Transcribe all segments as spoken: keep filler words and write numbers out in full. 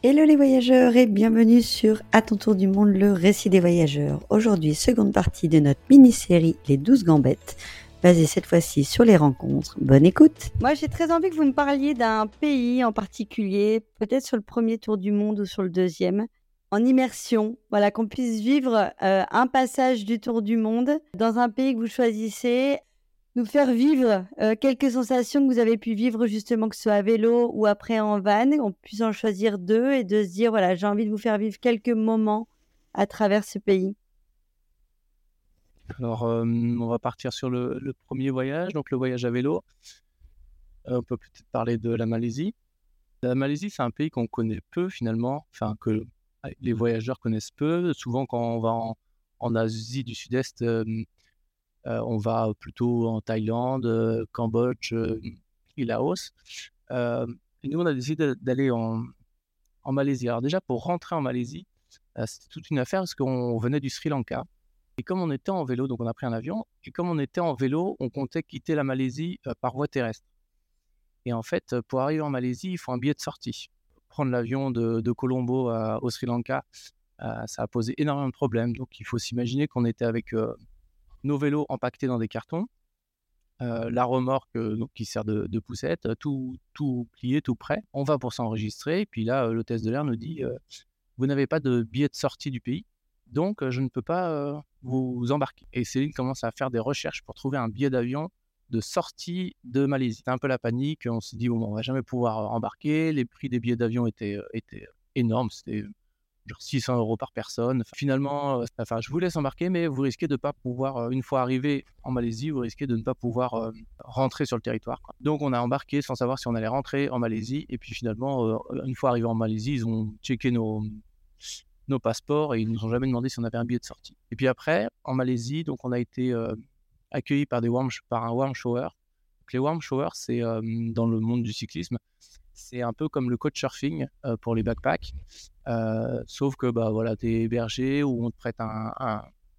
Hello les voyageurs et bienvenue sur À ton tour du monde, le récit des voyageurs. Aujourd'hui, seconde partie de notre mini-série Les douze gambettes, basée cette fois-ci sur les rencontres. Bonne écoute. Moi, j'ai très envie que vous me parliez d'un pays en particulier, peut-être sur le premier tour du monde ou sur le deuxième, en immersion. Voilà, qu'on puisse vivre euh, un passage du tour du monde dans un pays que vous choisissez. Nous faire vivre euh, quelques sensations que vous avez pu vivre justement, que ce soit à vélo ou après en van, on puisse en choisir deux et de se dire, voilà, j'ai envie de vous faire vivre quelques moments à travers ce pays. Alors, euh, on va partir sur le, le premier voyage, donc le voyage à vélo. Euh, on peut peut-être parler de la Malaisie. La Malaisie, c'est un pays qu'on connaît peu finalement, enfin que les voyageurs connaissent peu. Souvent, quand on va en, en Asie du Sud-Est, euh, euh, on va plutôt en Thaïlande, euh, Cambodge euh, et Laos. Euh, et nous, on a décidé d'aller en, en Malaisie. Alors déjà, pour rentrer en Malaisie, euh, c'était toute une affaire parce qu'on venait du Sri Lanka. Et comme on était en vélo, donc on a pris un avion, et comme on était en vélo, on comptait quitter la Malaisie euh, par voie terrestre. Et en fait, euh, pour arriver en Malaisie, il faut un billet de sortie. Prendre l'avion de, de Colombo à- au Sri Lanka, euh, ça a posé énormément de problèmes. Donc il faut s'imaginer qu'on était avec euh, nos vélos empaquetés dans des cartons, euh, la remorque euh, donc, qui sert de, de poussette, euh, tout, tout plié, tout prêt. On va pour s'enregistrer, et puis là, euh, l'hôtesse de l'air nous dit euh, vous n'avez pas de billet de sortie du pays, donc euh, je ne peux pas euh, vous embarquer. Et Céline commence à faire des recherches pour trouver un billet d'avion de sortie de Malaisie. C'était un peu la panique, on s'est dit, bon, on va jamais pouvoir euh, embarquer, les prix des billets d'avion étaient, euh, étaient énormes, c'était euh, genre six cents euros par personne. Enfin, finalement, euh, enfin, je vous laisse embarquer, mais vous risquez de ne pas pouvoir, euh, une fois arrivé en Malaisie, vous risquez de ne pas pouvoir euh, rentrer sur le territoire, quoi. Donc on a embarqué sans savoir si on allait rentrer en Malaisie, et puis finalement, euh, une fois arrivé en Malaisie, ils ont checké nos nos passeports et ils nous ont jamais demandé si on avait un billet de sortie. Et puis après, en Malaisie, donc on a été euh, accueillis par, des warm, par un warm shower. Donc les warm showers, c'est euh, dans le monde du cyclisme, c'est un peu comme le couchsurfing euh, pour les backpacks, euh, sauf que bah voilà, t'es hébergé ou on te prête un, un,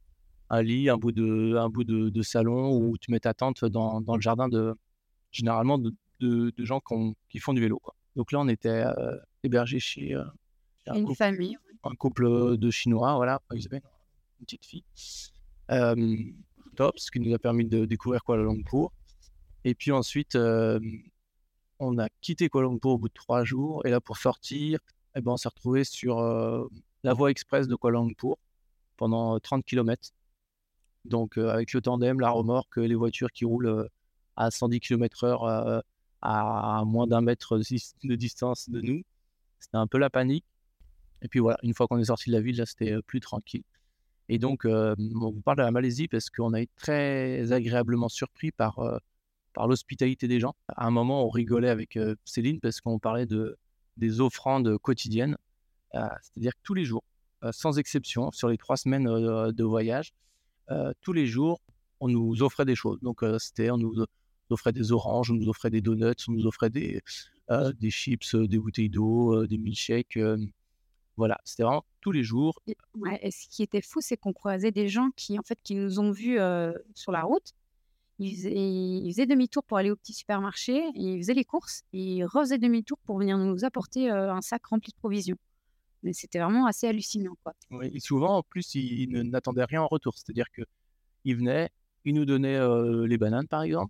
un lit, un bout de, un bout de, de salon où tu mets ta tente dans, dans le jardin de généralement de, de, de gens qu'on- qui font du vélo, quoi. Donc là, on était euh, hébergé chez euh, un Une couple famille. un couple de Chinois, voilà, ils avaient une petite fille. Euh, Top, ce qui nous a permis de découvrir Kuala Lumpur. Et puis ensuite, euh, on a quitté Kuala Lumpur au bout de trois jours. Et là, pour sortir, eh ben, on s'est retrouvé sur euh, la voie express de Kuala Lumpur pendant trente kilomètres. Donc, euh, avec le tandem, la remorque, les voitures qui roulent euh, à cent dix kilomètres heure euh, à moins d'un mètre de distance de nous. C'était un peu la panique. Et puis voilà, une fois qu'on est sorti de la ville, là, c'était euh, plus tranquille. Et donc, euh, on vous parle de la Malaisie parce qu'on a été très agréablement surpris par, euh, par l'hospitalité des gens. À un moment, on rigolait avec euh, Céline parce qu'on parlait de, des offrandes quotidiennes. Euh, c'est-à-dire que tous les jours, euh, sans exception, sur les trois semaines euh, de voyage, euh, tous les jours, on nous offrait des choses. Donc, euh, c'était, on nous offrait des oranges, on nous offrait des donuts, on nous offrait des, euh, des chips, des bouteilles d'eau, euh, des milkshakes. Euh, voilà, c'était vraiment tous les jours. Et, ouais, et ce qui était fou, c'est qu'on croisait des gens qui, en fait, qui nous ont vus euh, sur la route. Ils faisaient, ils faisaient demi-tour pour aller au petit supermarché, et ils faisaient les courses, et ils refaisaient demi-tour pour venir nous apporter euh, un sac rempli de provisions. Mais c'était vraiment assez hallucinant, quoi. Oui, et souvent, en plus, ils, ils ne- n'attendaient rien en retour. C'est-à-dire qu'ils venaient, ils nous donnaient euh, les bananes, par exemple,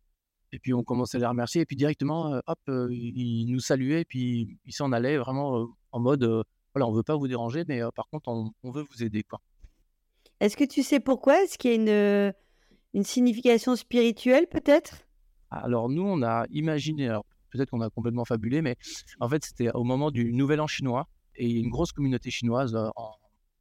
et puis on commençait à les remercier, et puis directement, euh, hop, euh, ils nous saluaient, et puis ils s'en allaient vraiment euh, en mode, euh, voilà, on veut pas vous déranger, mais euh, par contre, on, on veut vous aider, quoi. Est-ce que tu sais pourquoi? Est-ce qu'il y a une, une signification spirituelle peut-être? Alors nous, on a imaginé, alors peut-être qu'on a complètement fabulé, mais en fait, c'était au moment du Nouvel An chinois, et il y a une grosse communauté chinoise euh, en,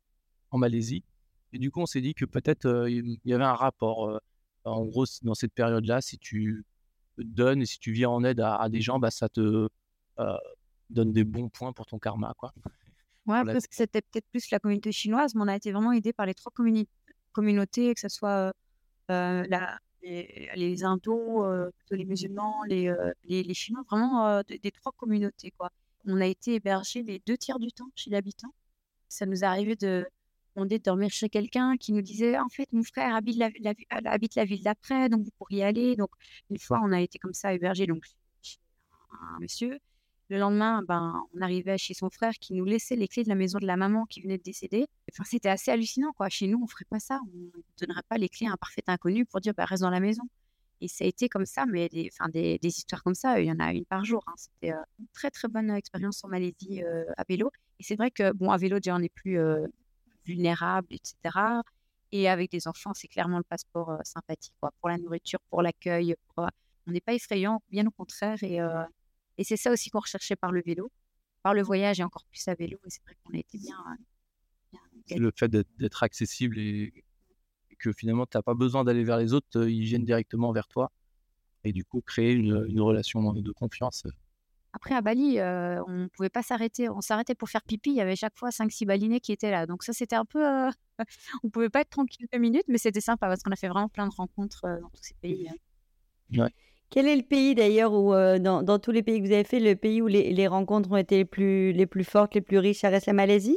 en Malaisie. Et du coup, on s'est dit que peut-être euh, il y avait un rapport. euh, en gros, dans cette période-là, si tu donnes et si tu viens en aide à, à des gens, bah, ça te euh, donne des bons points pour ton karma, quoi. Ouais, Pour la- parce que c'était peut-être plus la communauté chinoise, mais on a été vraiment aidés par les trois communi- communautés, que ce soit euh, la, les, les hindous, euh, plutôt les musulmans, les, euh, les, les Chinois, vraiment euh, des, des trois communautés, quoi. On a été hébergés les deux tiers du temps chez l'habitant. Ça nous est arrivé de demander de dormir chez quelqu'un qui nous disait, en fait, mon frère habite la, la, habite la ville d'après, donc vous pourriez y aller. Donc, une fois, on a été comme ça hébergés donc, chez un monsieur. Le lendemain, ben, on arrivait chez son frère qui nous laissait les clés de la maison de la maman qui venait de décéder. Enfin, c'était assez hallucinant, quoi. Chez nous, on ferait pas ça. On ne donnerait pas les clés à un parfait inconnu pour dire, bah, reste dans la maison. Et ça a été comme ça, mais des, enfin, des, des histoires comme ça, il y en a une par jour, hein. C'était euh, une très, très bonne expérience en Malaisie euh, à vélo. Et c'est vrai que, bon, à vélo, déjà, on est plus euh, vulnérable, et cetera. Et avec des enfants, c'est clairement le passeport euh, sympathique, quoi. Pour la nourriture, pour l'accueil. Pour, euh, on n'est pas effrayant, bien au contraire. Et, euh, et c'est ça aussi qu'on recherchait par le vélo, par le voyage et encore plus à vélo. Et c'est vrai qu'on a été bien. euh, bien C'est le fait d'être, d'être accessible et, et que finalement, tu n'as pas besoin d'aller vers les autres, euh, ils viennent directement vers toi. Et du coup, créer une, une relation de confiance. Après, à Bali, euh, on ne pouvait pas s'arrêter. On s'arrêtait pour faire pipi. Il y avait chaque fois cinq six balinés qui étaient là. Donc ça, c'était un peu... euh, on ne pouvait pas être tranquille deux minutes, mais c'était sympa parce qu'on a fait vraiment plein de rencontres euh, dans tous ces pays. hein. Ouais. Quel est le pays d'ailleurs où, euh, dans, dans tous les pays que vous avez fait, le pays où les, les rencontres ont été les plus, les plus fortes, les plus riches, ça reste la Malaisie?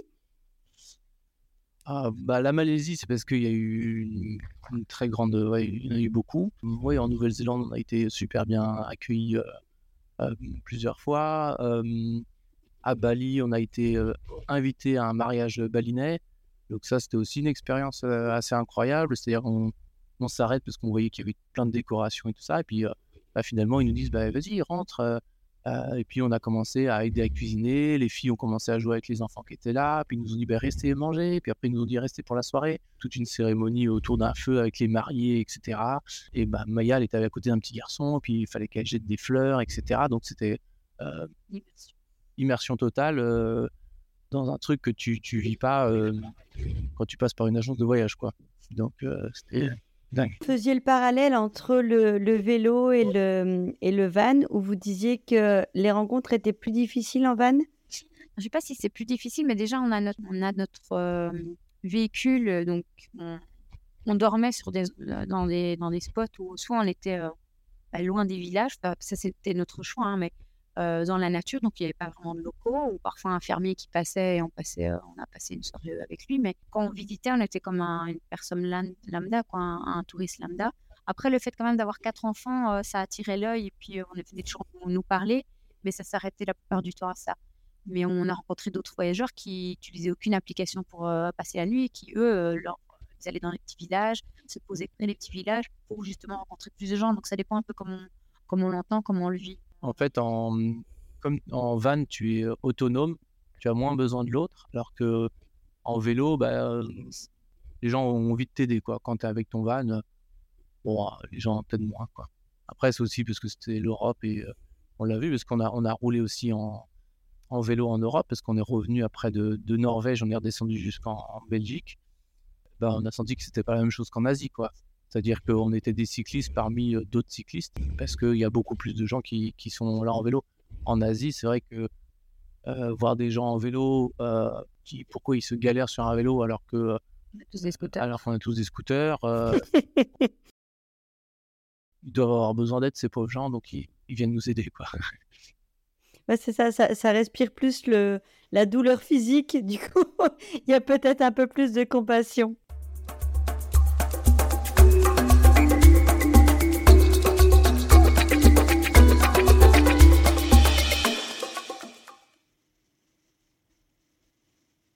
Ah, bah, la Malaisie, c'est parce qu'il y a eu une, une très grande... Ouais, il y en a eu beaucoup. Oui, en Nouvelle-Zélande, on a été super bien accueillis euh, euh, plusieurs fois. Euh, à Bali, on a été euh, invité à un mariage balinais. Donc ça, c'était aussi une expérience euh, assez incroyable. C'est-à-dire qu'on on s'arrête parce qu'on voyait qu'il y avait plein de décorations et tout ça. Et puis euh, bah, finalement, ils nous disent bah, vas-y, rentre. euh, euh, et puis on a commencé à aider à cuisiner. Les filles ont commencé à jouer avec les enfants qui étaient là. Puis ils nous ont dit bah, restez manger. Puis après, ils nous ont dit restez pour la soirée. Toute une cérémonie autour d'un feu avec les mariés, et cetera. Et bah, Maya, elle était à côté d'un petit garçon. Puis il fallait qu'elle jette des fleurs, et cetera. Donc c'était euh, immersion totale euh, dans un truc que tu tu vis pas euh, quand tu passes par une agence de voyage, quoi. Donc euh, c'était dingue. Vous faisiez le parallèle entre le, le vélo et le, et le van, où vous disiez que les rencontres étaient plus difficiles en van? Je ne sais pas si c'est plus difficile, mais déjà, on a notre, on a notre euh, véhicule. euh, Donc, on, on dormait sur des, euh, dans, des, dans des spots où soit on était euh, bah, loin des villages. Enfin, ça, c'était notre choix, hein, mais euh, dans la nature. Donc, il n'y avait pas vraiment de locaux. Ou parfois, un fermier qui passait et on, passait, euh, on a passé une soirée avec lui. Mais quand on visitait, on était comme un- une personne lam- lambda, quoi, un, un touriste lambda. Après, le fait quand même d'avoir quatre enfants, euh, ça attirait l'œil. Et puis, euh, on avait des gens qui nous parlaient, mais ça s'arrêtait la plupart du temps à ça. Mais on a rencontré d'autres voyageurs qui n'utilisaient aucune application pour euh, passer la nuit et qui, eux, euh, leur- ils allaient dans les petits villages, se posaient dans les petits villages pour justement rencontrer plus de gens. Donc, ça dépend un peu comment on, comment on l'entend, comment on le vit. En fait, en, comme en van, tu es autonome, tu as moins besoin de l'autre, alors que en vélo, bah, euh, les gens ont envie de t'aider, quoi. Quand tu es avec ton van, euh, bon, euh, les gens t'aident moins, quoi. Après, c'est aussi parce que c'était l'Europe et euh, on l'a vu parce qu'on a, on a roulé aussi en, en vélo en Europe parce qu'on est revenu après de, de Norvège, on est redescendu jusqu'en en Belgique. Ben, on a senti que c'était pas la même chose qu'en Asie, quoi. C'est-à-dire qu'on était des cyclistes parmi euh, d'autres cyclistes parce qu'il y a beaucoup plus de gens qui, qui sont là en vélo. En Asie, c'est vrai que euh, voir des gens en vélo, euh, qui, pourquoi ils se galèrent sur un vélo alors que euh, On a tous des scooters. alors qu'on a tous des scooters, euh, ils doivent avoir besoin d'aide, ces pauvres gens, donc ils, ils viennent nous aider, quoi. Ouais, c'est ça, ça, ça respire plus le, la douleur physique, du coup, il y a peut-être un peu plus de compassion.